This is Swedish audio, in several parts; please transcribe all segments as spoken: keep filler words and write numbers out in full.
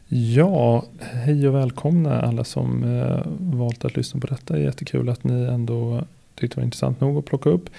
Ja, hej och välkomna alla som eh, valt att lyssna på detta. Det är jättekul att ni ändå tyckte det var intressant nog att plocka upp.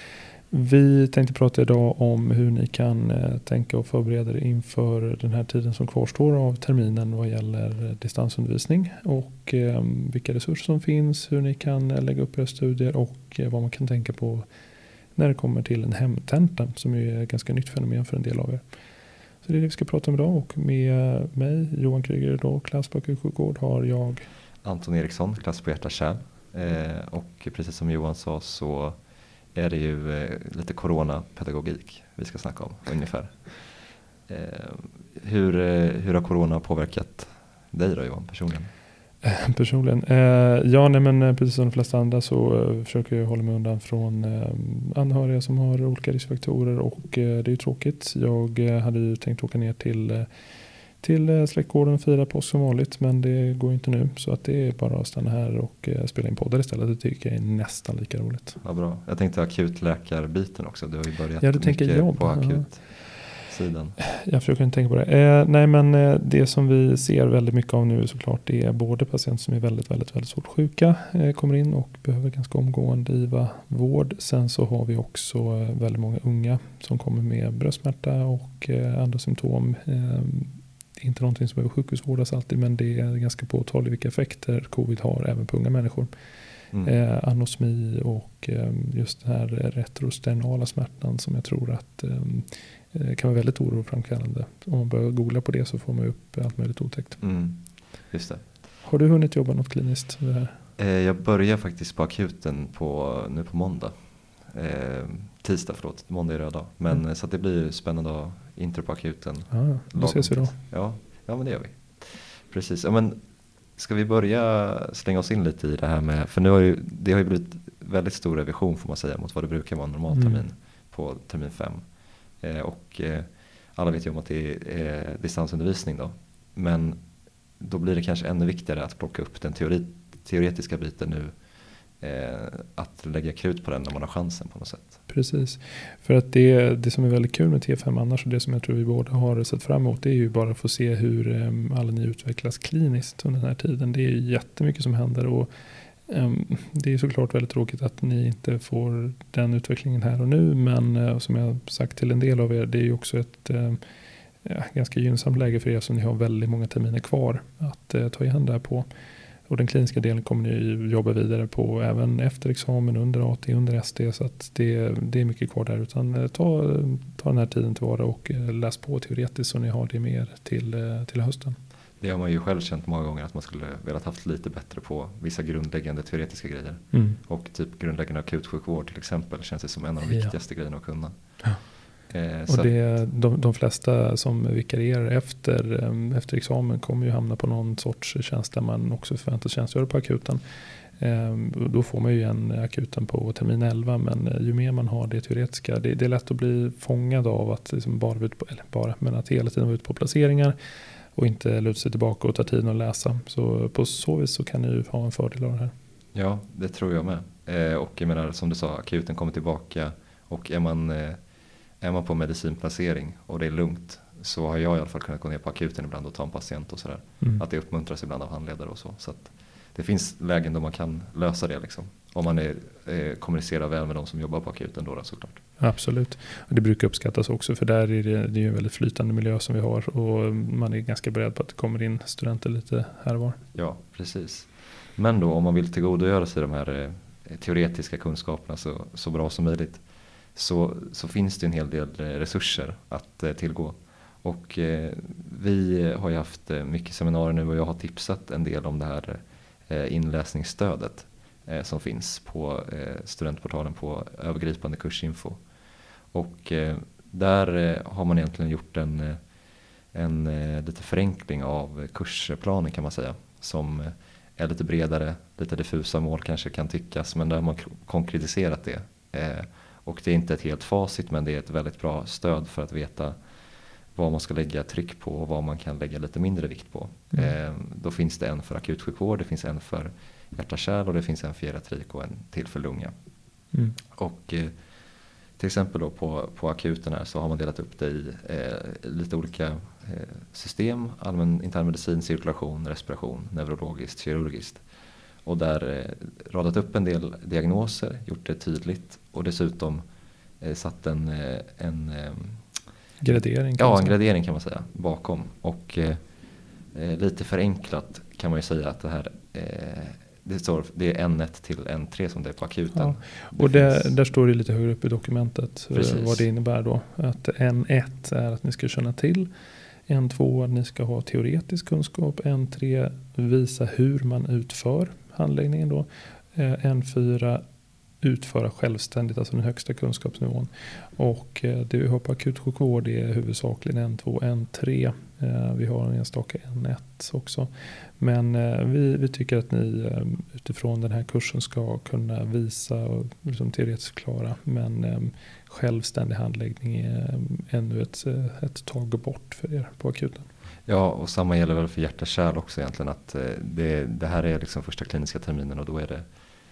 Vi tänkte prata idag om hur ni kan eh, tänka och förbereda er inför den här tiden som kvarstår av terminen vad gäller distansundervisning och eh, vilka resurser som finns, hur ni kan eh, lägga upp era studier och eh, vad man kan tänka på när det kommer till en hemtenta som är ett ganska nytt fenomen för en del av er. Så det är det vi ska prata om idag, och med mig, Johan Kryger, då, klass på akutsjukvård, har jag Anton Eriksson, klass på hjärta-kärl. Eh, och precis som Johan sa så är det ju eh, lite coronapedagogik vi ska snacka om ungefär. Eh, hur, eh, hur har corona påverkat dig då, Johan, personligen? Personligen. Eh, ja, nej, men precis som de flesta andra så eh, försöker jag hålla mig undan från eh, anhöriga som har olika riskfaktorer, och eh, det är ju tråkigt. Jag eh, hade ju tänkt åka ner till, eh, till eh, släktgården och fira påsk som vanligt, men det går inte nu, så att det är bara att stanna här och eh, spela in poddar istället. Det tycker jag är nästan lika roligt. Ja, bra. Jag tänkte akutläkarbiten också. Du har ju börjat ja, du tänker mycket jobb, på akut. Ja. Sidan. Jag försöker inte tänka på det. Eh, nej, men eh, det som vi ser väldigt mycket av nu är såklart det är både patienter som är väldigt, väldigt, väldigt svårt sjuka eh, kommer in och behöver ganska omgående I V A-vård. Sen så har vi också eh, väldigt många unga som kommer med bröstsmärta och eh, andra symptom. Eh, inte någonting som behöver sjukhusvårdas alltid, men det är ganska påtagligt vilka effekter covid har även på unga människor. Mm. Eh, anosmi och eh, just den här retrosternala smärtan som jag tror att eh, kan vara väldigt oroframkallande. Om man börjar googla på det så får man upp allt möjligt otäckt. Mm, just det. Har du hunnit jobba något kliniskt med det här? Eh, jag börjar faktiskt på akuten på, nu på måndag. Eh, tisdag, förlåt. Måndag är röd dag. Men mm. så att det blir spännande att intro på akuten. Ja, då ses vi då. Ja, ja, men det gör vi. Precis. Ja, men ska vi börja slänga oss in lite i det här med, för nu har ju, det har ju blivit väldigt stor revision får man säga mot vad det brukar vara en normal termin mm. på termin fem. Eh, och eh, alla vet ju om att det är eh, distansundervisning då. Men då blir det kanske ännu viktigare att plocka upp den teori, teoretiska biten nu. Eh, att lägga krut på den när man har chansen på något sätt. Precis. För att det, det som är väldigt kul med T fem annars, och det som jag tror vi båda har sett fram emot, det är ju bara att få se hur um, alla ni utvecklas kliniskt under den här tiden. Det är ju jättemycket som händer, och um, det är såklart väldigt tråkigt att ni inte får den utvecklingen här och nu, men uh, som jag sagt till en del av er, det är ju också ett uh, ja, ganska gynnsamt läge för er som ni har väldigt många terminer kvar att uh, ta igen där på. Och den kliniska delen kommer ni jobba vidare på även efter examen, under A T, under S D, så att det, det är mycket kvar där. Utan ta, ta den här tiden tillvara och läs på teoretiskt så ni har det mer till, till hösten. Det har man ju själv känt många gånger att man skulle velat haft lite bättre på vissa grundläggande teoretiska grejer. Mm. Och typ grundläggande akutsjukvård till exempel känns det som en av de viktigaste ja. grejerna att kunna. Ja. Eh, och det, de, de flesta som vikarierar efter, efter examen kommer ju hamna på någon sorts tjänst där man också förväntas tjänstgöra på akuten. Eh, då får man ju en akuten på termin elva, men ju mer man har det teoretiska, det, det är lätt att bli fångad av att liksom bara, ut på, eller bara, men att hela tiden vara ute på placeringar och inte luta sig tillbaka och ta tiden att läsa. Så på så vis så kan ni ju ha en fördel av det här. Ja, det tror jag med. Eh, och jag menar, som du sa, akuten kommer tillbaka, och är man eh, Är man på medicinplacering och det är lugnt, så har jag i alla fall kunnat gå ner på akuten ibland och ta en patient och sådär. Mm. Att det uppmuntras ibland av handledare och så. Så att det finns lägen då man kan lösa det liksom. Om man är, eh, kommunicerar väl med de som jobbar på akuten då, då såklart. Absolut. Och det brukar uppskattas också, för där är det, det är ju en väldigt flytande miljö som vi har, och man är ganska beredd på att det kommer in studenter lite här och var. Ja, precis. Men då om man vill tillgodogöra sig de här eh, teoretiska kunskaperna så, så bra som möjligt, Så, så finns det en hel del resurser att eh, tillgå. Och eh, vi har ju haft eh, mycket seminarier nu, och jag har tipsat en del om det här eh, inläsningsstödet eh, som finns på eh, studentportalen på övergripande kursinfo. Och eh, där eh, har man egentligen gjort en, en eh, lite förenkling av kursplanen kan man säga, som eh, är lite bredare, lite diffusa mål kanske kan tyckas, men där har man konkretiserat det. Eh, Och det är inte ett helt facit, men det är ett väldigt bra stöd för att veta vad man ska lägga tryck på och vad man kan lägga lite mindre vikt på. Mm. Eh, då finns det en för akutsjukvård, det finns en för hjärta-kärl och det finns en för geriatrik och en till för lunga. Mm. Och eh, till exempel då på, på akuten här så har man delat upp det i eh, lite olika system, allmän internmedicin, cirkulation, respiration, neurologiskt, kirurgiskt. Och där radat upp en del diagnoser, gjort det tydligt och dessutom satt en, en gradering. Ja, en gradering kan man säga bakom. Och eh, lite förenklat kan man ju säga att det här eh, det, står, det är N ett till N tre som det är på akuten. Ja. Och det det, finns... där står det lite högre upp i dokumentet. Precis. Vad det innebär då. Att N ett är att ni ska känna till. N två att ni ska ha teoretisk kunskap. N tre visa hur man utför handläggningen då. Eh, N fyra utföra självständigt, alltså den högsta kunskapsnivån. Och eh, det vi har på akutsjukvård är huvudsakligen N två, N tre. Eh, vi har en enstaka N ett också. Men eh, vi, vi tycker att ni eh, utifrån den här kursen ska kunna visa och liksom teoretiskt klara. Men eh, självständig handläggning är eh, ännu ett, ett tag bort för er på akuten. Ja, och samma gäller väl för hjärta-kärl också egentligen. Att eh, det, det här är liksom första kliniska terminen och då är det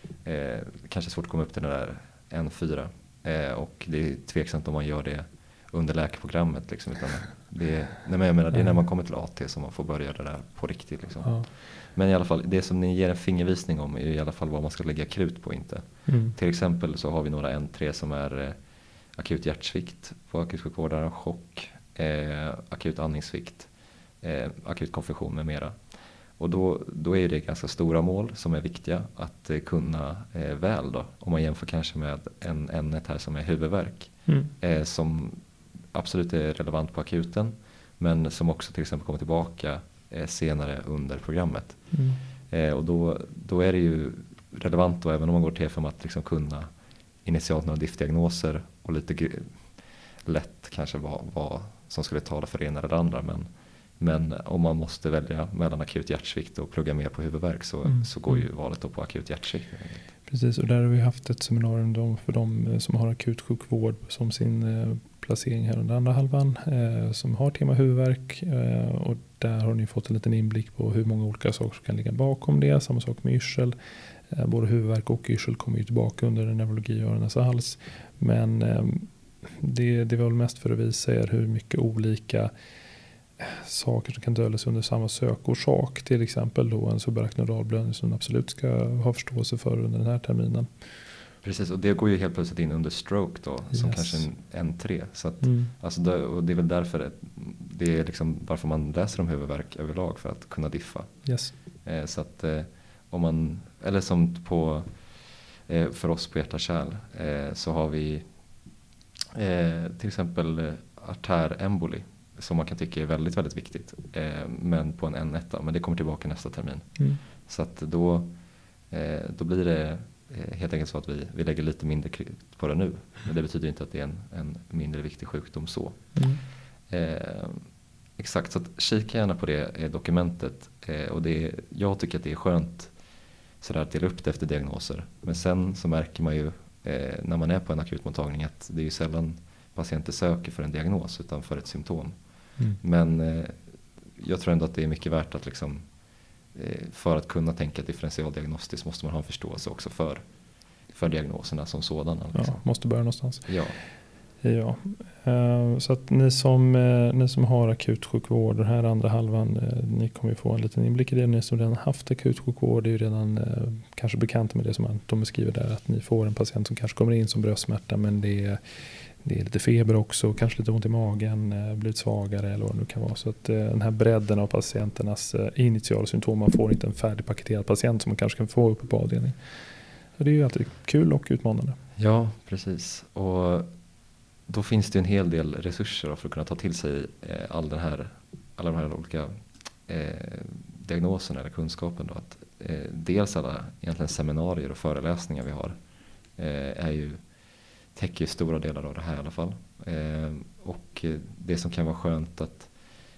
Eh, kanske svårt att komma upp till den där N fyra eh, och det är tveksamt om man gör det under läkarprogrammet liksom, utan det, nej, men jag menar, det är när man kommer till A T som man får börja det där på riktigt liksom. Ja. Men i alla fall, det som ni ger en fingervisning om är i alla fall vad man ska lägga krut på inte. Mm. Till exempel så har vi några N tre som är eh, akut hjärtsvikt på akutsjukvården, chock, eh, akut andningssvikt, eh, akut konfusion med mera. Och då, då är det ganska stora mål som är viktiga att eh, kunna eh, väl då. Om man jämför kanske med en N ett här som är huvudvärk. Mm. Eh, som absolut är relevant på akuten. Men som också till exempel kommer tillbaka eh, senare under programmet. Mm. Eh, och då, då är det ju relevant då, även om man går till T fem, att liksom kunna initialt några diffdiagnoser. Och lite gr- lätt kanske vad, vad som skulle tala för det ena eller det andra. Men Men om man måste välja mellan akut hjärtsvikt och plugga mer på huvudvärk så, mm. så går ju valet då på akut hjärtsvikt. Precis, och där har vi haft ett seminarium för de som har akut sjukvård som sin eh, placering här under andra halvan. Eh, som har tema huvudvärk eh, och där har ni fått en liten inblick på hur många olika saker som kan ligga bakom det. Samma sak med yrsel. Eh, både huvudvärk och yrsel kommer ju tillbaka under neurologi och öronens hals. Men eh, det, det var väl mest för att visa er hur mycket olika saker som kan döljas under samma sökorsak, till exempel då en subarachnoidal blödning som absolut ska ha förståelse för under den här terminen. Precis, och det går ju helt plötsligt in under stroke då, yes. som kanske en N tre. Så att, mm. alltså det, och det är väl därför det, det är liksom varför man läser om huvudvärk överlag, för att kunna diffa. Yes. Eh, så att eh, om man, eller som på eh, för oss på hjärta-kärl eh, så har vi eh, till exempel eh, artäremboli som man kan tycka är väldigt, väldigt viktigt. Eh, men på en N ett, men det kommer tillbaka nästa termin. Mm. Så att då, eh, då blir det eh, helt enkelt så att vi, vi lägger lite mindre på det nu. Men det betyder inte att det är en, en mindre viktig sjukdom så. Mm. Eh, exakt, så att kika gärna på det eh, dokumentet. Eh, och det är, jag tycker att det är skönt sådär att dela upp det efter diagnoser. Men sen så märker man ju eh, när man är på en akutmottagning att det är ju sällan patienter söker för en diagnos utan för ett symptom. Mm. Men eh, jag tror ändå att det är mycket värt att liksom, eh, för att kunna tänka differentialdiagnostiskt måste man ha en förståelse också för, för diagnoserna som sådana. Liksom. Ja, måste börja någonstans. Ja. Ja. Uh, så att ni som, uh, ni som har akutsjukvård, den här andra halvan, uh, ni kommer ju få en liten inblick i det. Ni som redan haft akutsjukvård är ju redan uh, kanske bekanta med det som de beskriver där, att ni får en patient som kanske kommer in som bröstsmärta, men det är Det är lite feber också, kanske lite ont i magen, blivit svagare eller vad det nu kan vara. Så att eh, den här bredden av patienternas eh, initiala symptom, man får inte en färdigpaketerad patient som man kanske kan få uppe på avdelning. Så det är ju alltid kul och utmanande. Ja, precis. Och då finns det en hel del resurser för att kunna ta till sig eh, all den här, alla de här olika eh, diagnoserna eller kunskapen. Då. Att, eh, dels alla egentligen seminarier och föreläsningar vi har eh, är ju täcker stora delar av det här i alla fall. Eh, och det som kan vara skönt att,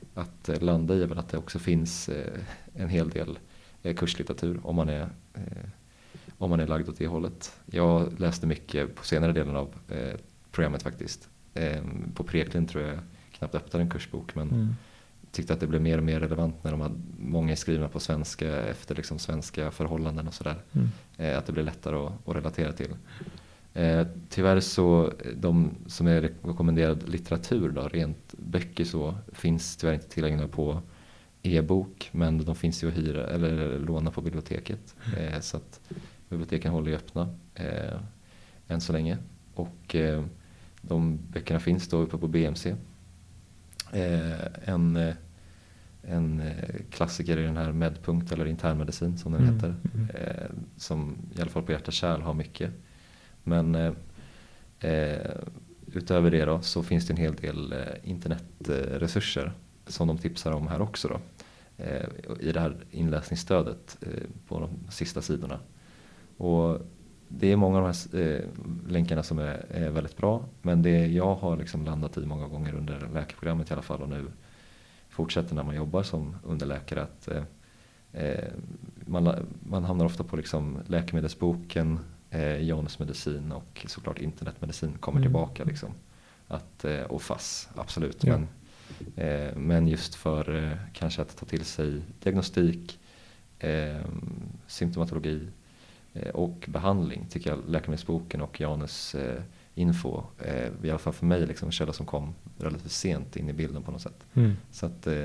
att landa i är väl att det också finns eh, en hel del eh, kurslitteratur om man är, eh, om man är lagd åt det hållet. Jag läste mycket på senare delen av eh, programmet faktiskt. Eh, på Preklin tror jag knappt öppnade en kursbok, men mm. tyckte att det blev mer och mer relevant när de hade många skrivna på svenska efter liksom svenska förhållanden och sådär. Mm. Eh, att det blir lättare att, att relatera till. Eh, tyvärr så de som är rekommenderad litteratur då, rent böcker så finns tyvärr inte tillgängliga på e-bok, men de finns ju att hyra eller låna på biblioteket. Eh, så att biblioteken håller ju öppna eh, än så länge. Och eh, de böckerna finns då uppe på B M C. Eh, en, eh, en klassiker i den här Medpunkt eller internmedicin som den mm. heter. Mm. Eh, som i alla fall på hjärta kärl har mycket. Men eh, eh, utöver det då så finns det en hel del eh, internetresurser som de tipsar om här också då. Eh, I det här inläsningsstödet eh, på de sista sidorna. Och det är många av de här eh, länkarna som är, är väldigt bra. Men det jag har liksom landat i många gånger under läkarprogrammet i alla fall och nu fortsätter när man jobbar som underläkare att eh, man, man hamnar ofta på liksom läkemedelsboken, eh, Janus medicin och såklart internetmedicin kommer mm. tillbaka liksom. Att, eh, och F A S, absolut. Ja. Men, eh, men just för eh, kanske att ta till sig diagnostik, eh, symptomatologi och behandling tycker jag läkemedelsboken och Janus eh, info eh, i alla fall för mig liksom en källa som kom relativt sent in i bilden på något sätt. Mm. Så att eh,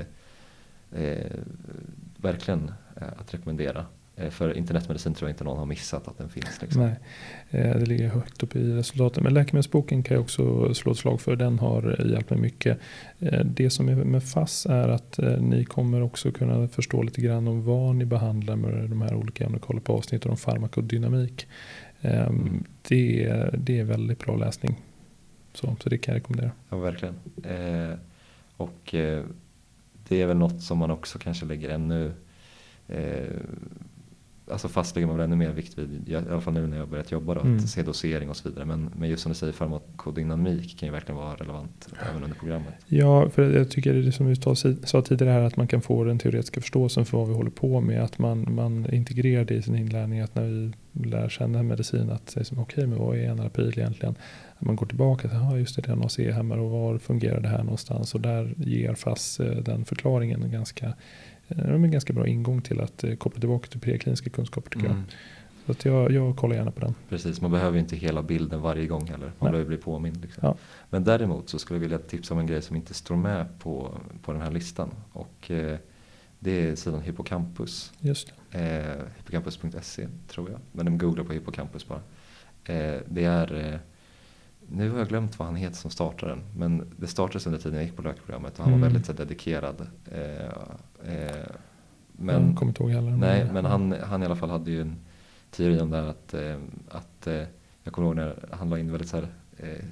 eh, verkligen eh, att rekommendera. Eh, för internetmedicin tror jag inte någon har missat att den finns. Liksom. Nej, eh, det ligger högt upp i resultaten. Men läkemedelsboken kan jag också slå ett slag för. Den har hjälpt mig mycket. Eh, det som är med F A S är att eh, ni kommer också kunna förstå lite grann om vad ni behandlar med de här olika ämnen. Kolla på avsnitt om farmakodynamik. Eh, mm. det, det är väldigt bra läsning. Så, så det kan jag rekommendera. Ja, verkligen. Eh, och eh, det är väl något som man också kanske lägger ännu eh, alltså fast lägger man väl ännu mer vikt vid, i alla fall nu när jag börjat jobba då, mm. att se dosering och så vidare. Men, men just som du säger, farmakodynamik kan ju verkligen vara relevant även under programmet. Ja, för jag tycker det som vi sa tidigare här, att man kan få den teoretiska förståelsen för vad vi håller på med. Att man, man integrerar det i sin inlärning, att när vi lär känna medicin, att det är som okej, men vad är en Alapil egentligen? Att man går tillbaka till, ja just det, det är en A C-hämmare och var fungerar det här någonstans? Och där ger F A S den förklaringen en ganska Det är en ganska bra ingång till att eh, koppla tillbaka till prekliniska kunskaper tycker mm. jag. Så att jag, jag kollar gärna på den. Precis, man behöver inte hela bilden varje gång heller. Man Nej. behöver bli påmind. Liksom. Ja. Men däremot så skulle jag vilja tipsa om en grej som inte står med på, på den här listan. Och eh, det är sidan Hippocampus. Just det. Eh, hippocampus punkt se tror jag. Men de googlar på Hippocampus bara. Eh, det är... Eh, Nu har jag glömt vad han heter som startade den. Men det startades under tiden jag gick på läkarprogrammet. Och han mm. var väldigt så, dedikerad. Eh, eh, men, jag kommer inte ihåg heller. Nej, men han, han i alla fall hade ju en teori om det här att, eh, att eh, jag kommer ihåg när han la in väldigt så här, eh,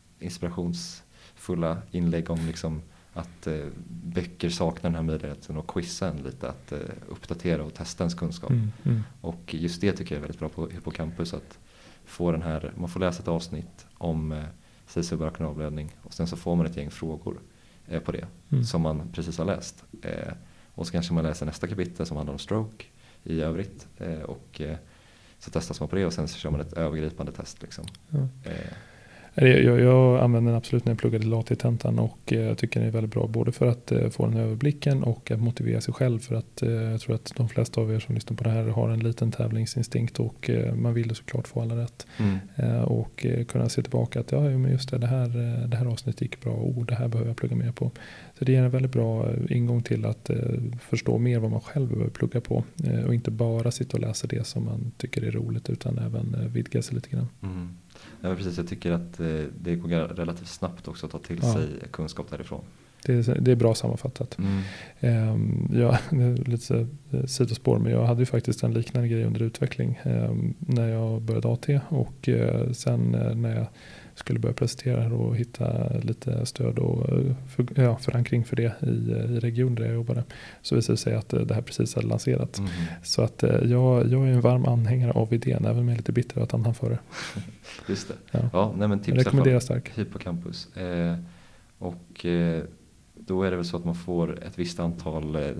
inspirationsfulla inlägg om liksom, att eh, böcker saknar den här möjligheten att quizza en lite. Att eh, uppdatera och testa ens kunskap. Mm. Mm. Och just det tycker jag är väldigt bra på Hippocampus. Att få den här, man får läsa ett avsnitt om eh, cerebral kanalblödning och sen så får man ett gäng frågor eh, på det mm. som man precis har läst. Eh, och så kanske man läser nästa kapitel som handlar om stroke i övrigt eh, och eh, så testas man på det och sen så kör man ett övergripande test. Liksom. Mm. Eh, Jag, jag använder den absolut när jag pluggade LATI-tentan och jag tycker den är väldigt bra både för att få den överblicken och att motivera sig själv för att jag tror att de flesta av er som lyssnar på det här har en liten tävlingsinstinkt och man vill såklart få alla rätt mm. och kunna se tillbaka att ja men just det, det här, det här avsnittet gick bra och det här behöver jag plugga mer på. Så det ger en väldigt bra ingång till att förstå mer vad man själv behöver plugga på och inte bara sitta och läsa det som man tycker är roligt utan även vidga sig lite grann. Mm. Ja, precis. Jag tycker att eh, det går relativt snabbt också att ta till ja. sig kunskap därifrån. Det är, det är bra sammanfattat. Mm. Um, ja, det är lite sidospår, men jag hade ju faktiskt en liknande grej under utveckling um, när jag började A T och uh, sen uh, när jag skulle börja presentera och hitta lite stöd och för, ja, förankring för det i, i regionen där jag jobbade. Så visade det sig att det här precis hade lanserat. Mm. Så att jag, jag är en varm anhängare av idén, även om jag är lite bitter att han hann före. Just det. Ja. Ja, nej, men tips rekommenderar stark. Hippocampus. Eh, och eh, då är det väl så att man får ett visst antal eh,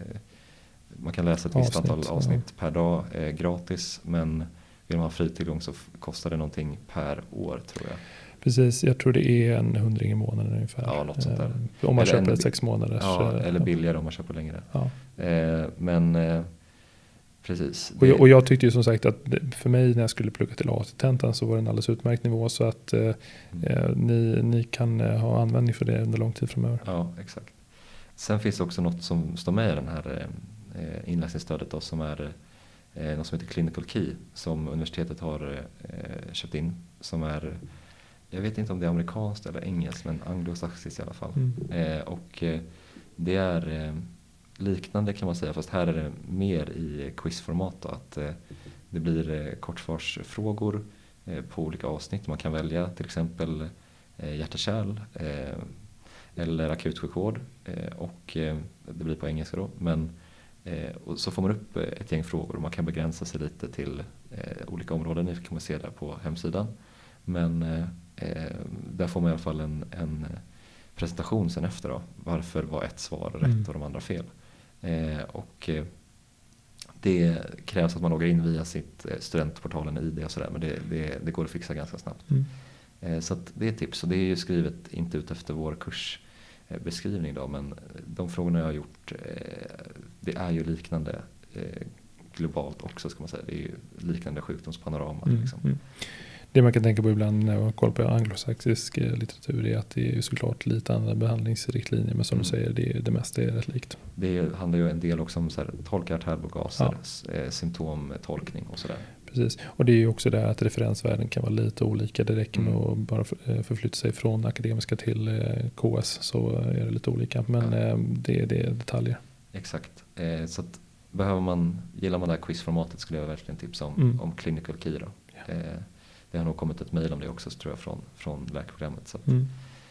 man kan läsa ett visst avsnitt, antal avsnitt ja. per dag eh, gratis, men vill man ha fri tillgång så kostar det någonting per år tror jag. Precis, jag tror det är en hundring i månaden ungefär. Ja, något sånt där. Eh, om man eller köper ett sex månaders. Ja, eller billigare om man köper längre. Ja. Eh, men eh, Precis. Och jag, och jag tyckte ju som sagt att för mig när jag skulle plugga till A T-tentan så var det en alldeles utmärkt nivå, så att eh, mm. ni, ni kan eh, ha användning för det under lång tid framöver. Ja, exakt. Sen finns det också något som står med i den här eh, inläsningsstödet då, som är eh, något som heter Clinical Key, som universitetet har eh, köpt in, som är, jag vet inte om det är amerikanskt eller engelskt, men anglosaxiskt i alla fall. Mm. Eh, och eh, det är eh, liknande kan man säga, fast här är det mer i quizformat då, att eh, det blir eh, kortsvarsfrågor eh, på olika avsnitt. Man kan välja till exempel eh, hjärta-kärl eh, eller akutsjukvård eh, och eh, det blir på engelska då, men eh, och så får man upp ett gäng frågor och man kan begränsa sig lite till eh, olika områden. Ni kan man se där på hemsidan, men eh, där får man i alla fall en, en presentation sen efter då. Varför var ett svar rätt mm. och de andra fel? Eh, och eh, det krävs att man loggar in via sitt eh, studentportalen I D och sådär, men det, det, det går att fixa ganska snabbt. Mm. Eh, så att det är ett tips, och det är ju skrivet inte ut efter vår kursbeskrivning eh, då, men de frågorna jag har gjort eh, det är ju liknande eh, globalt också, ska man säga. Det är ju liknande sjukdomspanorama mm. liksom. Mm. Det man kan tänka på ibland när man kollar på anglosaxisk litteratur är att det är såklart lite andra behandlingsriktlinjer, men som mm. du säger, det, det mesta är rätt likt. Det handlar ju en del också om så här, tolka artärblågaser, ja. symptomtolkning och sådär. Precis, och det är ju också där att referensvärden kan vara lite olika. Det räcker med mm. att bara förflytta sig från akademiska till K S, så är det lite olika, men ja. det, det är detaljer. Exakt, så att behöver man, gillar man det här quizformatet skulle jag verkligen tipsa om, mm. om Clinical Key då. Ja. Det har nog kommit ett mejl om det också, tror jag, från, från läkarprogrammet. Så att, mm.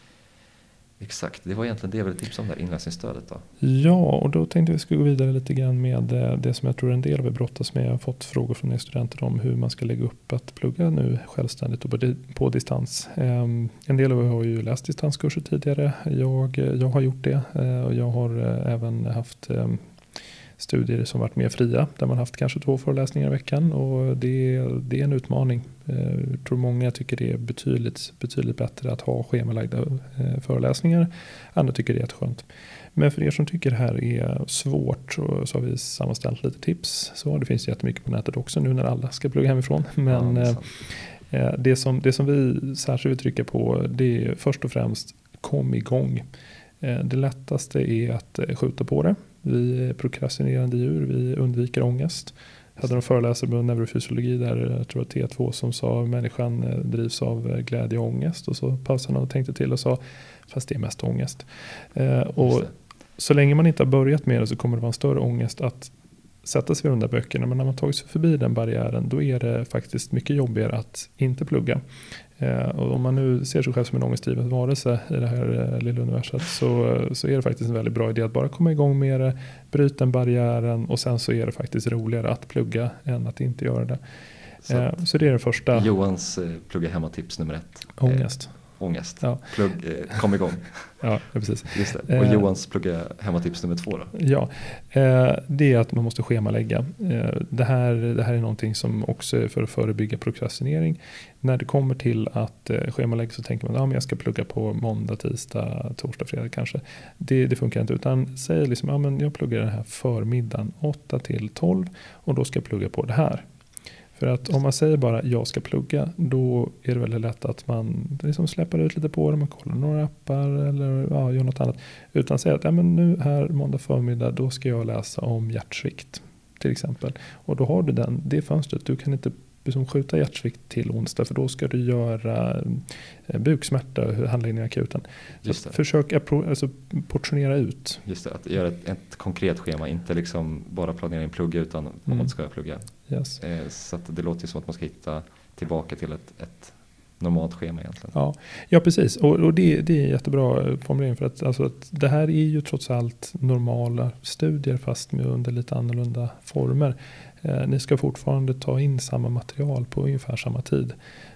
Exakt, det var egentligen det jag ville tipsa om där, inläsningsstödet då. Ja, och då tänkte vi skulle gå vidare lite grann med det som jag tror en del av er brottas med. Jag har fått frågor från er studenter om hur man ska lägga upp att plugga nu självständigt och på, på distans. Um, en del av er har ju läst distanskurser tidigare. Jag, jag har gjort det uh, och jag har uh, även haft um, studier som varit mer fria, där man haft kanske två föreläsningar i veckan, och det, det är en utmaning. Jag tror många tycker det är betydligt, betydligt bättre att ha schemalagda föreläsningar. Andra tycker det är jätteskönt. Men för er som tycker det här är svårt så, så har vi sammanställt lite tips. Så det finns jättemycket på nätet också nu när alla ska plugga hemifrån. Men ja, det, det, som, det som vi särskilt vill trycka på, det är först och främst kom igång. Det lättaste är att skjuta på det. Vi är prokrastinerande djur, vi undviker ångest. Jag hade en föreläsare på neurofysiologi där jag tror att T två som sa att människan drivs av glädje och ångest. Och så pausade han och tänkte till och sa, fast det är mest ångest. Eh, och så länge man inte har börjat med det så kommer det vara en större ångest att sätta sig vid de där böckerna. Men när man tagit sig förbi den barriären, då är det faktiskt mycket jobbigare att inte plugga. Eh, och om man nu ser sig själv som en ångestdriven varelse i det här eh, lilla universet, så, så är det faktiskt en väldigt bra idé att bara komma igång med det, bryta den barriären, och sen så är det faktiskt roligare att plugga än att inte göra det. Så, eh, så det är det första. Johans eh, plugga hemma-tips nummer ett. Ångest. Eh, ångest. Ja. Plugg, eh, kom igång. Ja, precis. Just det. Och Johans plugga hemmatips nummer två då? Ja, eh, det är att man måste schemalägga. Eh, det, här, det här är någonting som också är för att förebygga prokrastinering. När det kommer till att eh, schemalägga så tänker man att ja, jag ska plugga på måndag, tisdag, torsdag, fredag kanske. Det, det funkar inte, utan säg liksom ja, men jag pluggar den här förmiddagen åtta till tolv och då ska jag plugga på det här. För att om man säger bara jag ska plugga, då är det väldigt lätt att man liksom släpper ut lite på det. Man kollar några appar eller ja, gör något annat. Utan säga att ja, men nu här måndag förmiddag, då ska jag läsa om hjärtsvikt till exempel. Och då har du den, det fönstret. Du kan inte liksom skjuta hjärtsvikt till onsdag, för då ska du göra buksmärta och handläggning i akuten. Så försök alltså, portionera ut. Just det, att göra ett, ett konkret schema, inte liksom bara planera en plugga utan vad mm. man ska plugga. Yes. Eh, så att det låter ju som att man ska hitta tillbaka till ett, ett normalt schema egentligen. Ja, ja precis. Och, och det, det är jättebra formulering, för att, alltså, att det här är ju trots allt normala studier fast med under lite annorlunda former. Eh, ni ska fortfarande ta in samma material på ungefär samma tid.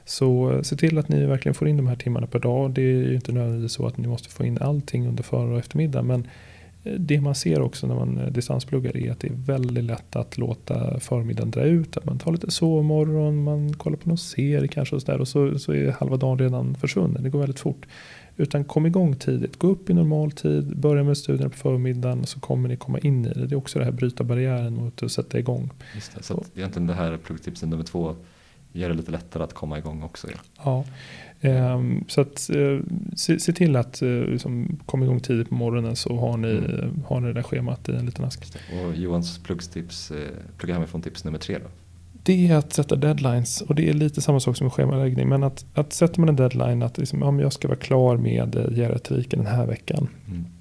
Så eh, se till att ni verkligen får in de här timmarna per dag. Det är ju inte nödvändigtvis så att ni måste få in allting under för- och eftermiddag, men det man ser också när man distanspluggar är att det är väldigt lätt att låta förmiddagen dra ut. Att man tar lite sovmorgon, man kollar på någon serie kanske och så där, och så, så är halva dagen redan försvunnen. Det går väldigt fort. Utan kom igång tidigt. Gå upp i normal tid. Börja med studierna på förmiddagen. Så kommer ni komma in i det. Det är också det här bryta barriären mot att sätta igång. Just det, så att egentligen det här pluggtipsen nummer två gör det lite lättare att komma igång också. Ja, ja. Um, så att uh, se, se till att uh, liksom, komma igång tidigt på morgonen så har ni, mm. har ni det där schemat i en liten ask. Och Johans pluggtips, eh, plugga hemifrån tips nummer tre då? Det är att sätta deadlines, och det är lite samma sak som med schemaläggning, men att, att sätter man en deadline att liksom, ja, men jag ska vara klar med geriatriken den här veckan.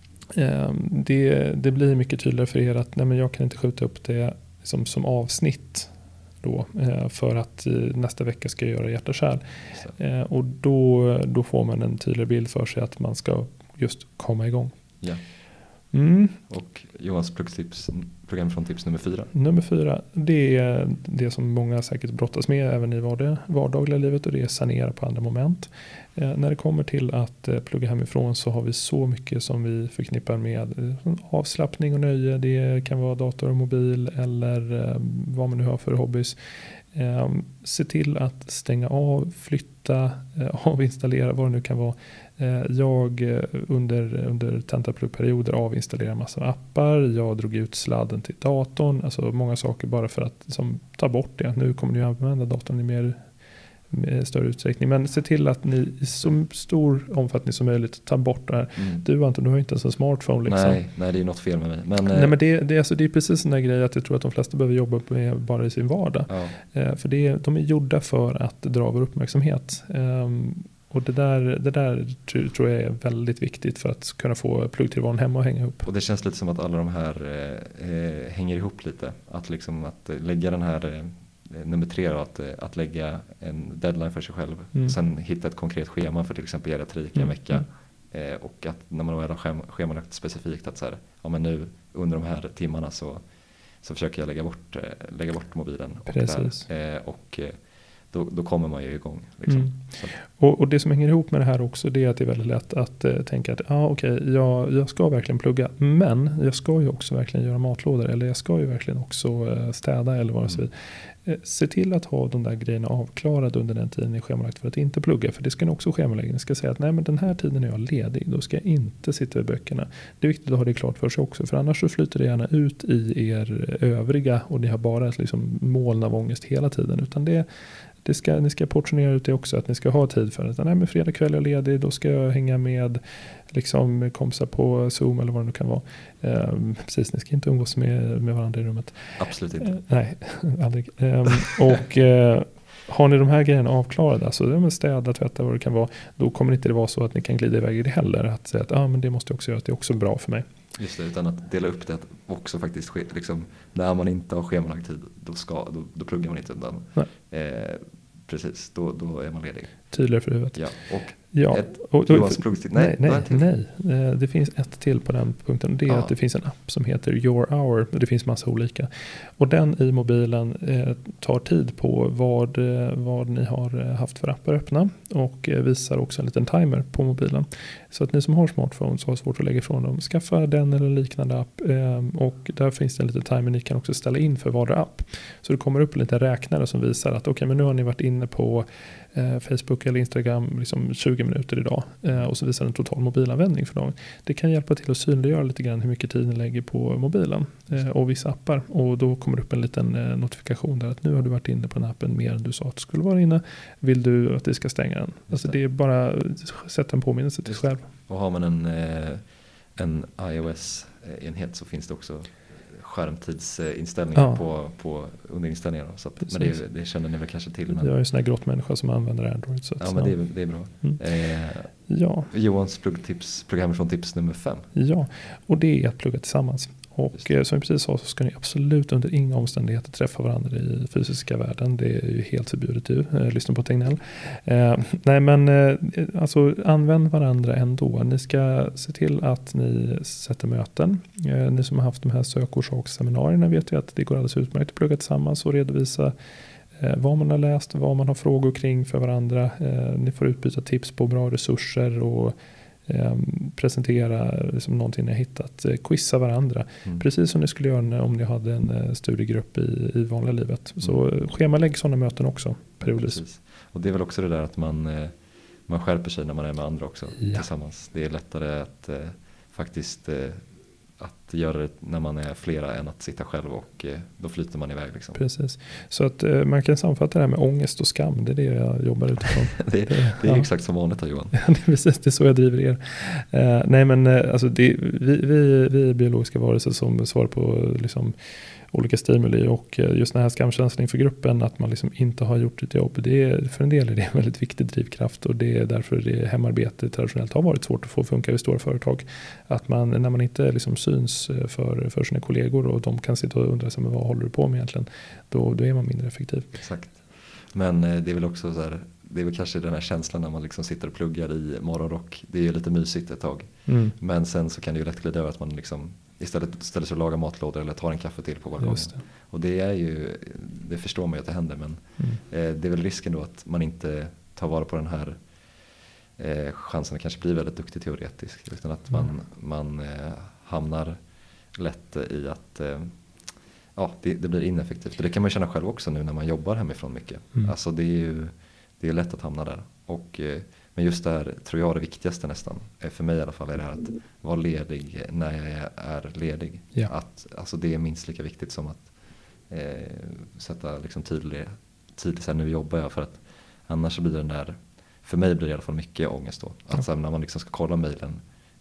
Mm. Um, det, det blir mycket tydligare för er att nej, men jag kan inte skjuta upp det liksom, som avsnitt då, för att nästa vecka ska jag göra hjärta kärl. Och då, då får man en tydlig bild för sig att man ska just komma igång. Ja. Mm. Och Johans pluggtips, program från tips nummer fyra. Nummer fyra, det är det som många säkert brottas med även i vardag, vardagliga livet, och det är sanera på andra moment. Eh, när det kommer till att eh, plugga hemifrån så har vi så mycket som vi förknippar med eh, avslappning och nöje. Det kan vara dator och mobil eller eh, vad man nu har för hobbies. Eh, se till att stänga av, flytta, eh, avinstallera, vad det nu kan vara. Eh, jag eh, under, under tentapluggperioder avinstallerar massa appar. Jag drog ut sladden till datorn. Alltså många saker bara för att liksom, ta bort det. Nu kommer ni använda datorn i mer med större utsträckning. Men se till att ni i så stor omfattning som möjligt tar bort det här. Mm. Du Anton, du har inte ens en smartphone. Liksom. Nej, nej, det är något fel med mig. Men, nej, men det, det, är, alltså, det är precis en där grej att jag tror att de flesta behöver jobba med bara i sin vardag. Ja. Eh, för det, de är gjorda för att dra vår uppmärksamhet. Um, och det där, det där tror jag är väldigt viktigt för att kunna få pluggtillvaron hemma och hänga ihop. Och det känns lite som att alla de här eh, hänger ihop lite. Att liksom att lägga den här eh, nummer tre då, att, att lägga en deadline för sig själv. Mm. Sen hitta ett konkret schema för till exempel geriatrik i en vecka. Mm. Eh, och att när man väl har schema, schemalagt specifikt att så här, ja men nu under de här timmarna så, så försöker jag lägga bort, eh, lägga bort mobilen. Precis. Och, där, eh, och eh, Då, då kommer man ju igång. Liksom. Mm. Och, och det som hänger ihop med det här också, det är att det är väldigt lätt att uh, tänka att ah, okej, okay, jag, jag ska verkligen plugga, men jag ska ju också verkligen göra matlådor, eller jag ska ju verkligen också uh, städa eller vad det så. Mm. Uh, se till att ha de där grejerna avklarade under den tiden ni schemalagt för att inte plugga, för det ska ni också schemalägga. Ni ska säga att nej, men den här tiden är jag ledig, då ska jag inte sitta vid böckerna. Det är viktigt att ha det klart för sig också, för annars så flyter det gärna ut i er övriga och ni har bara ett liksom, moln av ångest hela tiden, utan det Det ska, ni ska portionera ut det också, att ni ska ha tid för det. Nej, men fredag kväll är jag ledig, då ska jag hänga med liksom, kompisar på Zoom eller vad det nu kan vara. Um, precis, ni ska inte umgås med, med varandra i rummet. Absolut inte. Uh, nej, aldrig. Um, och uh, har ni de här grejerna avklarade, alltså det med städa, tvätta, vad det kan vara, då kommer det inte vara så att ni kan glida iväg i det heller. Att säga att ah, men det måste jag också göra, att det är också bra för mig. Just det, utan att dela upp det, att också faktiskt ske, liksom, när man inte har schemalagd tid, då, ska, då, då pluggar man inte undan. Eh, precis, då, då är man ledig. Tydligare för huvudet. Ja, och ja. ett och, Johans pluggtid. Nej, nej, nej, nej. Det finns ett till på den punkten. Det är ja. att det finns en app som heter Your Hour. Det finns massa olika. Och den i mobilen eh, tar tid på vad, vad ni har haft för appar öppna. Och eh, visar också en liten timer på mobilen. Så att ni som har smartphones har svårt att lägga ifrån dem, skaffa den eller liknande app. Eh, och där finns det en liten timer ni kan också ställa in för varje app. Så det kommer upp en liten räknare som visar att okej, okay, men nu har ni varit inne på eh, Facebook eller Instagram liksom tjugo minuter idag. Eh, och så visar den total mobilanvändning för dagen. Det kan hjälpa till att synliggöra lite grann hur mycket tid ni lägger på mobilen eh, och vissa appar. Och då kommer det upp en liten eh, notifikation där att nu har du varit inne på den appen mer än du sa att du skulle vara inne. Vill du att vi ska stänga den? Alltså det är bara sätta en påminnelse till sig själv. Och har man en, eh, en iOS-enhet så finns det också skärmtidsinställningar ja. på, på underinställningar. Så att, men det, det känner ni väl kanske till. Men... Jag är en sån här grottmänniska som använder Android. Så att, ja, men det är, det är bra. Mm. Eh, ja. Johans pluggtips, program från tips nummer fem. Ja, och det är att plugga tillsammans. Och eh, som jag precis sa så ska ni absolut under inga omständigheter träffa varandra i fysiska världen. Det är ju helt förbjudet ju. Eh, lyssna på Tegnell. Eh, nej men eh, alltså använd varandra ändå. Ni ska se till att ni sätter möten. Eh, ni som har haft de här sökorsaksseminarierna vet ju att det går alldeles utmärkt att plugga tillsammans och redovisa eh, vad man har läst, vad man har frågor kring för varandra. Eh, ni får utbyta tips på bra resurser och Um, presentera liksom någonting ni har hittat, uh, quizza varandra mm. precis som ni skulle göra om ni hade en uh, studiegrupp i, i vanliga livet. Mm. Så uh, schemalägg sådana möten också periodiskt. Och det är väl också det där att man uh, man skärper sig när man är med andra också Ja. tillsammans. Det är lättare att eh, faktiskt eh, att göra det när man är flera än att sitta själv och eh, då flyter man iväg liksom. Precis. Så att eh, man kan sammanfatta det här med ångest och skam. Det är det jag jobbar utifrån. det, det är ja. exakt som vanligt här, Johan. Ja, det är precis. Det är så jag driver er. Eh, nej men eh, alltså det, vi, vi, vi är biologiska varelser som svarar på liksom olika stimuli, och just den här skamkänslan inför gruppen, att man liksom inte har gjort ett jobb, det är, för en del är det en väldigt viktig drivkraft, och det är därför det hemarbete traditionellt har varit svårt att få funka i stora företag. Att man, när man inte liksom syns för, för sina kollegor och de kan sitta och undra sig, men vad håller du på med egentligen, då, då är man mindre effektiv. Exakt. Men det är väl också så här, det är väl kanske den här känslan när man liksom sitter och pluggar i morgonrock, det är ju lite mysigt ett tag, mm. men sen så kan det ju lätt glida över att man liksom istället ställer sig och lagar matlådor eller tar en kaffe till på balkongen. Det. Och det är ju, det förstår man ju att det händer, men mm. eh, det är väl risken då att man inte tar vara på den här eh, chansen att kanske bli väldigt duktig teoretisk, utan att man, mm. man eh, hamnar lätt i att eh, ja, det, det blir ineffektivt. Och det kan man känna själv också nu när man jobbar hemifrån mycket. Mm. Alltså det är ju det är lätt att hamna där. Och eh, men just där tror jag det viktigaste nästan, för mig i alla fall, är det här att vara ledig när jag är ledig. Ja. Att, alltså det är minst lika viktigt som att eh, sätta liksom tydlig tid, så här, nu jobbar jag, för att annars så blir det den där, för mig blir det i alla fall mycket ångest då. Att ja. så här, när man liksom ska kolla mejlen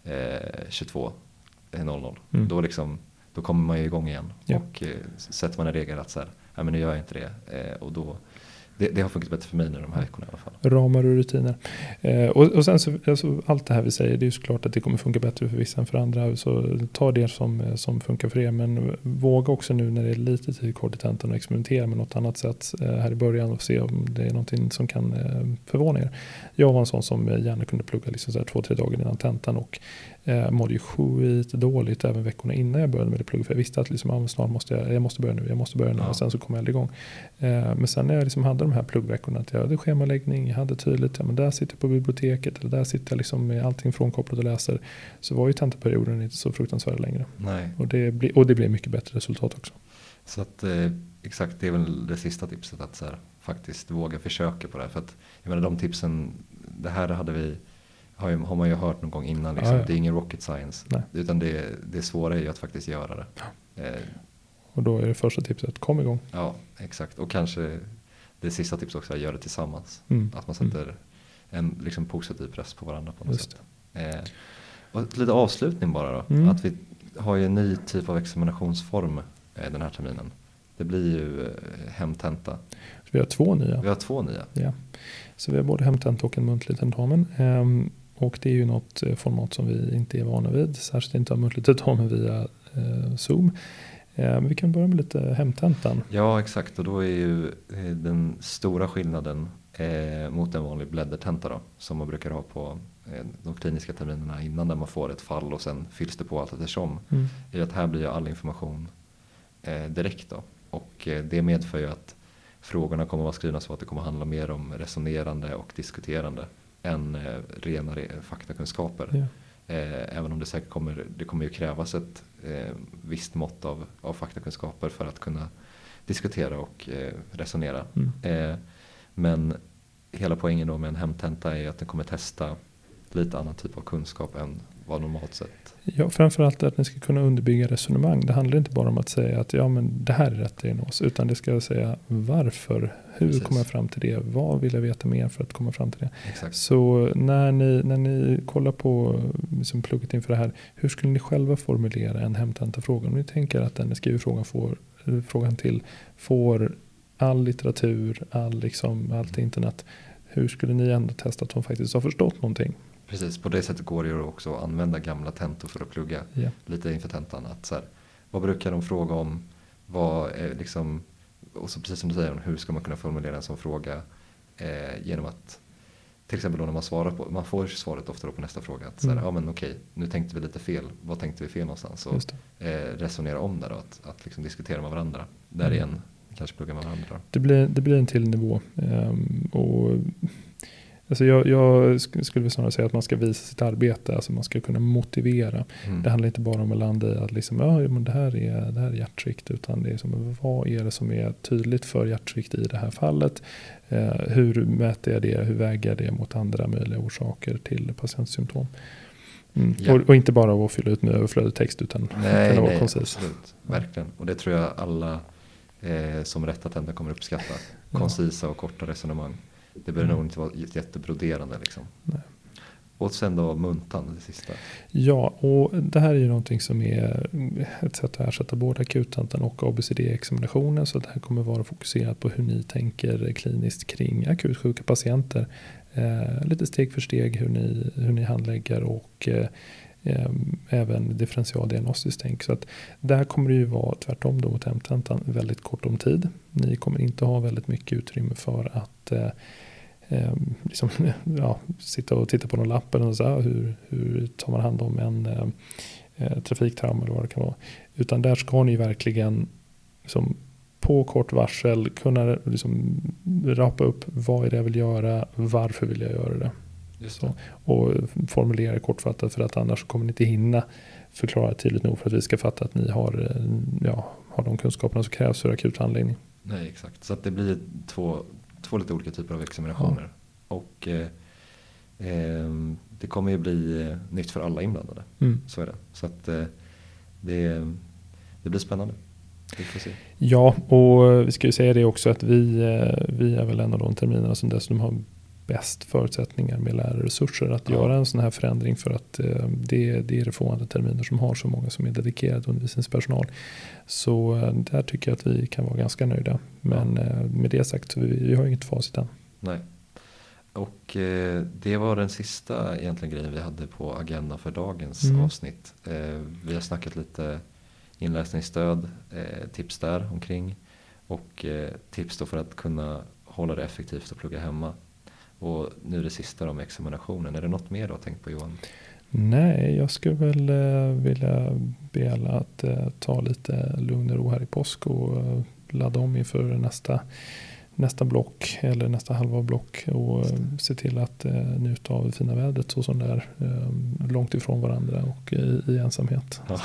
eh, tjugotvå noll noll, mm. då, liksom, då kommer man ju igång igen. Ja. Och eh, sätter man en regel att så här, nej men nu gör jag inte det, eh, och då Det, det har funkat bättre för mig nu de här veckorna i alla fall. Ramar och rutiner. Eh, och, och sen så, alltså, allt det här vi säger, det är ju såklart att det kommer funka bättre för vissa än för andra. Så ta det som, som funkar för er. Men våga också nu när det är lite tid kort i tentan och experimentera med något annat sätt eh, här i början och se om det är någonting som kan eh, förvåna er. Jag var en sån som gärna kunde plugga liksom så här två, tre dagar innan tentan, och eh, mådde ju skit dåligt även veckorna innan jag började med det plugget. För jag visste att liksom, ah, snart måste jag, jag måste börja nu, jag måste börja nu. Ja. Och sen så kom jag aldrig igång. Eh, men sen när jag liksom hade de här pluggveckorna, att jag hade schemaläggning, jag hade tydligt, ja men där sitter jag på biblioteket, eller där sitter jag liksom med allting frånkopplat och läser, så var ju tentaperioden inte så fruktansvärd längre. Nej. Och det, ble, och det blev mycket bättre resultat också. Så att eh, exakt, det är väl det sista tipset, att så här, faktiskt våga försöka på det här, för att jag menar de tipsen, det här hade vi har, ju, har man ju hört någon gång innan liksom. Ja, ja. Det är ingen rocket science. Nej. Utan det, det svåra är ju att faktiskt göra det. Ja. Eh, och då är det första tipset, kom igång. Ja, exakt. Och kanske det sista tipset också är att göra det tillsammans. Mm. Att man sätter mm. en liksom positiv press på varandra på något Just sätt. Eh, och lite avslutning bara då. Mm. Att vi har ju en ny typ av examinationsform eh, den här terminen. Det blir ju eh, hemtenta. Så vi har två nya. Vi har två nya. Ja. Så vi har både hemtenta och en muntlig tentamen. Um, och det är ju något eh, format som vi inte är vana vid. Särskilt inte har muntlig tentamen via eh, Zoom. Men vi kan börja med lite hemtentan. Ja, exakt. Och då är ju den stora skillnaden eh, mot en vanlig bläddertenta då, som man brukar ha på eh, de kliniska terminerna innan, där man får ett fall och sen fylls det på allt eftersom. Mm. Är att här blir ju all information eh, direkt då. Och eh, det medför ju att frågorna kommer att vara skrivna så att det kommer att handla mer om resonerande och diskuterande än eh, rena re- faktakunskaper. Ja. Eh, även om det säkert kommer, det kommer ju krävas ett eh, visst mått av, av faktakunskaper för att kunna diskutera och eh, resonera. Mm. Eh, men hela poängen då med en hemtenta är att den kommer testa lite annan typ av kunskap än vad normalt sett. Ja, framförallt att ni ska kunna underbygga resonemang. Det handlar inte bara om att säga att ja, men det här är rätt diagnos, utan det ska säga varför, hur Precis. Kommer jag fram till det, vad vill jag veta mer för att komma fram till det. Exakt. Så när ni, när ni kollar på liksom plugget inför det här, hur skulle ni själva formulera en hemtentafråga? Om ni tänker att den ni skriver frågan, får, frågan till får all litteratur, all liksom, allt internet, hur skulle ni ändå testa att de faktiskt har förstått någonting? Precis, på det sättet går det ju också att använda gamla tentor för att plugga yeah. lite inför tentan. Att så här, vad brukar de fråga om? Vad är liksom, och så precis som du säger, hur ska man kunna formulera en sån fråga eh, genom att till exempel då när man svarar på, man får svaret ofta då på nästa fråga. Att så här, mm. ja men okej, nu tänkte vi lite fel. Vad tänkte vi fel någonstans? Och eh, resonera om det då, att, att liksom diskutera med varandra. Där mm. igen, kanske plugga med varandra. Det blir, det blir en till nivå. Um, och Alltså jag, jag skulle snarare säga att man ska visa sitt arbete, alltså man ska kunna motivera. Mm. Det handlar inte bara om att landa i att liksom, ja, men det här är, det här är hjärtsvikt, utan det är som, vad är det som är tydligt för hjärtsvikt i det här fallet? Eh, hur mäter jag det? Hur väger jag det mot andra möjliga orsaker till patientsymptom? Mm. Ja. Och, och inte bara att fylla ut med överflödig text, utan nej, kunna vara nej, koncis. Absolut. Verkligen. Och det tror jag alla eh, som rättattenter kommer uppskatta. Koncisa och korta resonemang. Det behöver mm. nog inte vara jättebroderande liksom. Nej. Och sen då muntan, det sista. Ja, och det här är ju någonting som är ett sätt att ersätta både akuttentan och A B C D-examinationen. Så det här kommer vara fokuserat på hur ni tänker kliniskt kring akut sjuka patienter. Eh, lite steg för steg hur ni, hur ni handlägger och eh, eh, även differentialdiagnostiskt tänk. Så att där kommer det ju vara tvärtom då mot hemtentan väldigt kort om tid. Ni kommer inte ha väldigt mycket utrymme för att eh, Eh, liksom, ja, sitta och titta på någon lapp eller så här, hur, hur tar man hand om en eh, trafiktrauma eller vad det kan vara. Utan där ska ni verkligen liksom, på kort varsel kunna liksom, rapa upp vad är det jag vill göra, varför vill jag göra det. Just det. Så, och formulera kortfattat, för att annars kommer ni inte hinna förklara tydligt nog för att vi ska fatta att ni har, ja, har de kunskaperna som krävs för akut handläggning. Nej, exakt. Så att det blir två Två lite olika typer av examinationer. Ja. Och eh, eh, det kommer ju bli eh, nytt för alla inblandade. Mm. Så är det. Så att eh, det, det blir spännande. Vi får se. Ja, och vi ska ju säga det också att vi, vi är väl en av de terminerna som dessutom har bäst förutsättningar med lärarresurser att ja. göra en sån här förändring, för att eh, det, det är det få andra terminer som har så många som är dedikerad undervisningspersonal. Så eh, där tycker jag att vi kan vara ganska nöjda. Men ja. eh, med det sagt så vi, vi har inget facit än. Nej. Och eh, det var den sista egentligen grejen vi hade på agenda för dagens mm. avsnitt. Eh, vi har snackat lite inläsningsstöd, eh, tips där omkring och eh, tips då för att kunna hålla det effektivt och plugga hemma. Och nu det sista om examinationen. Är det något mer du har tänkt på, Johan? Nej, jag skulle väl eh, vilja be alla att eh, ta lite lugn och ro här i påsk och eh, ladda om inför nästa, nästa block eller nästa halva block och eh, se till att eh, njuta av det fina vädret så som det är eh, långt ifrån varandra och i, i ensamhet. Ja.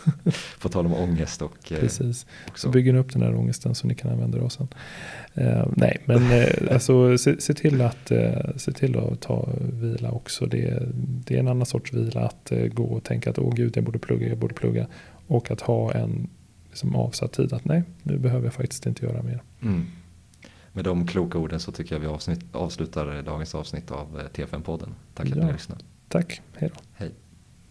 På tal om ångest och eh, precis. Och så bygger ni upp den här ångesten så ni kan använda det sen. Eh, nej, men eh, alltså se, se till att eh, se till att ta vila också. Det, det är en annan sorts vila att eh, gå och tänka att åh gud, jag borde plugga, jag borde plugga. Och att ha en liksom, avsatt tid att nej, nu behöver jag faktiskt inte göra mer. Mm. Med de kloka orden så tycker jag vi avsnitt, avslutar dagens avsnitt av T F M-podden. Tack för att ja. ni lyssnade. Tack, hej då. Hej.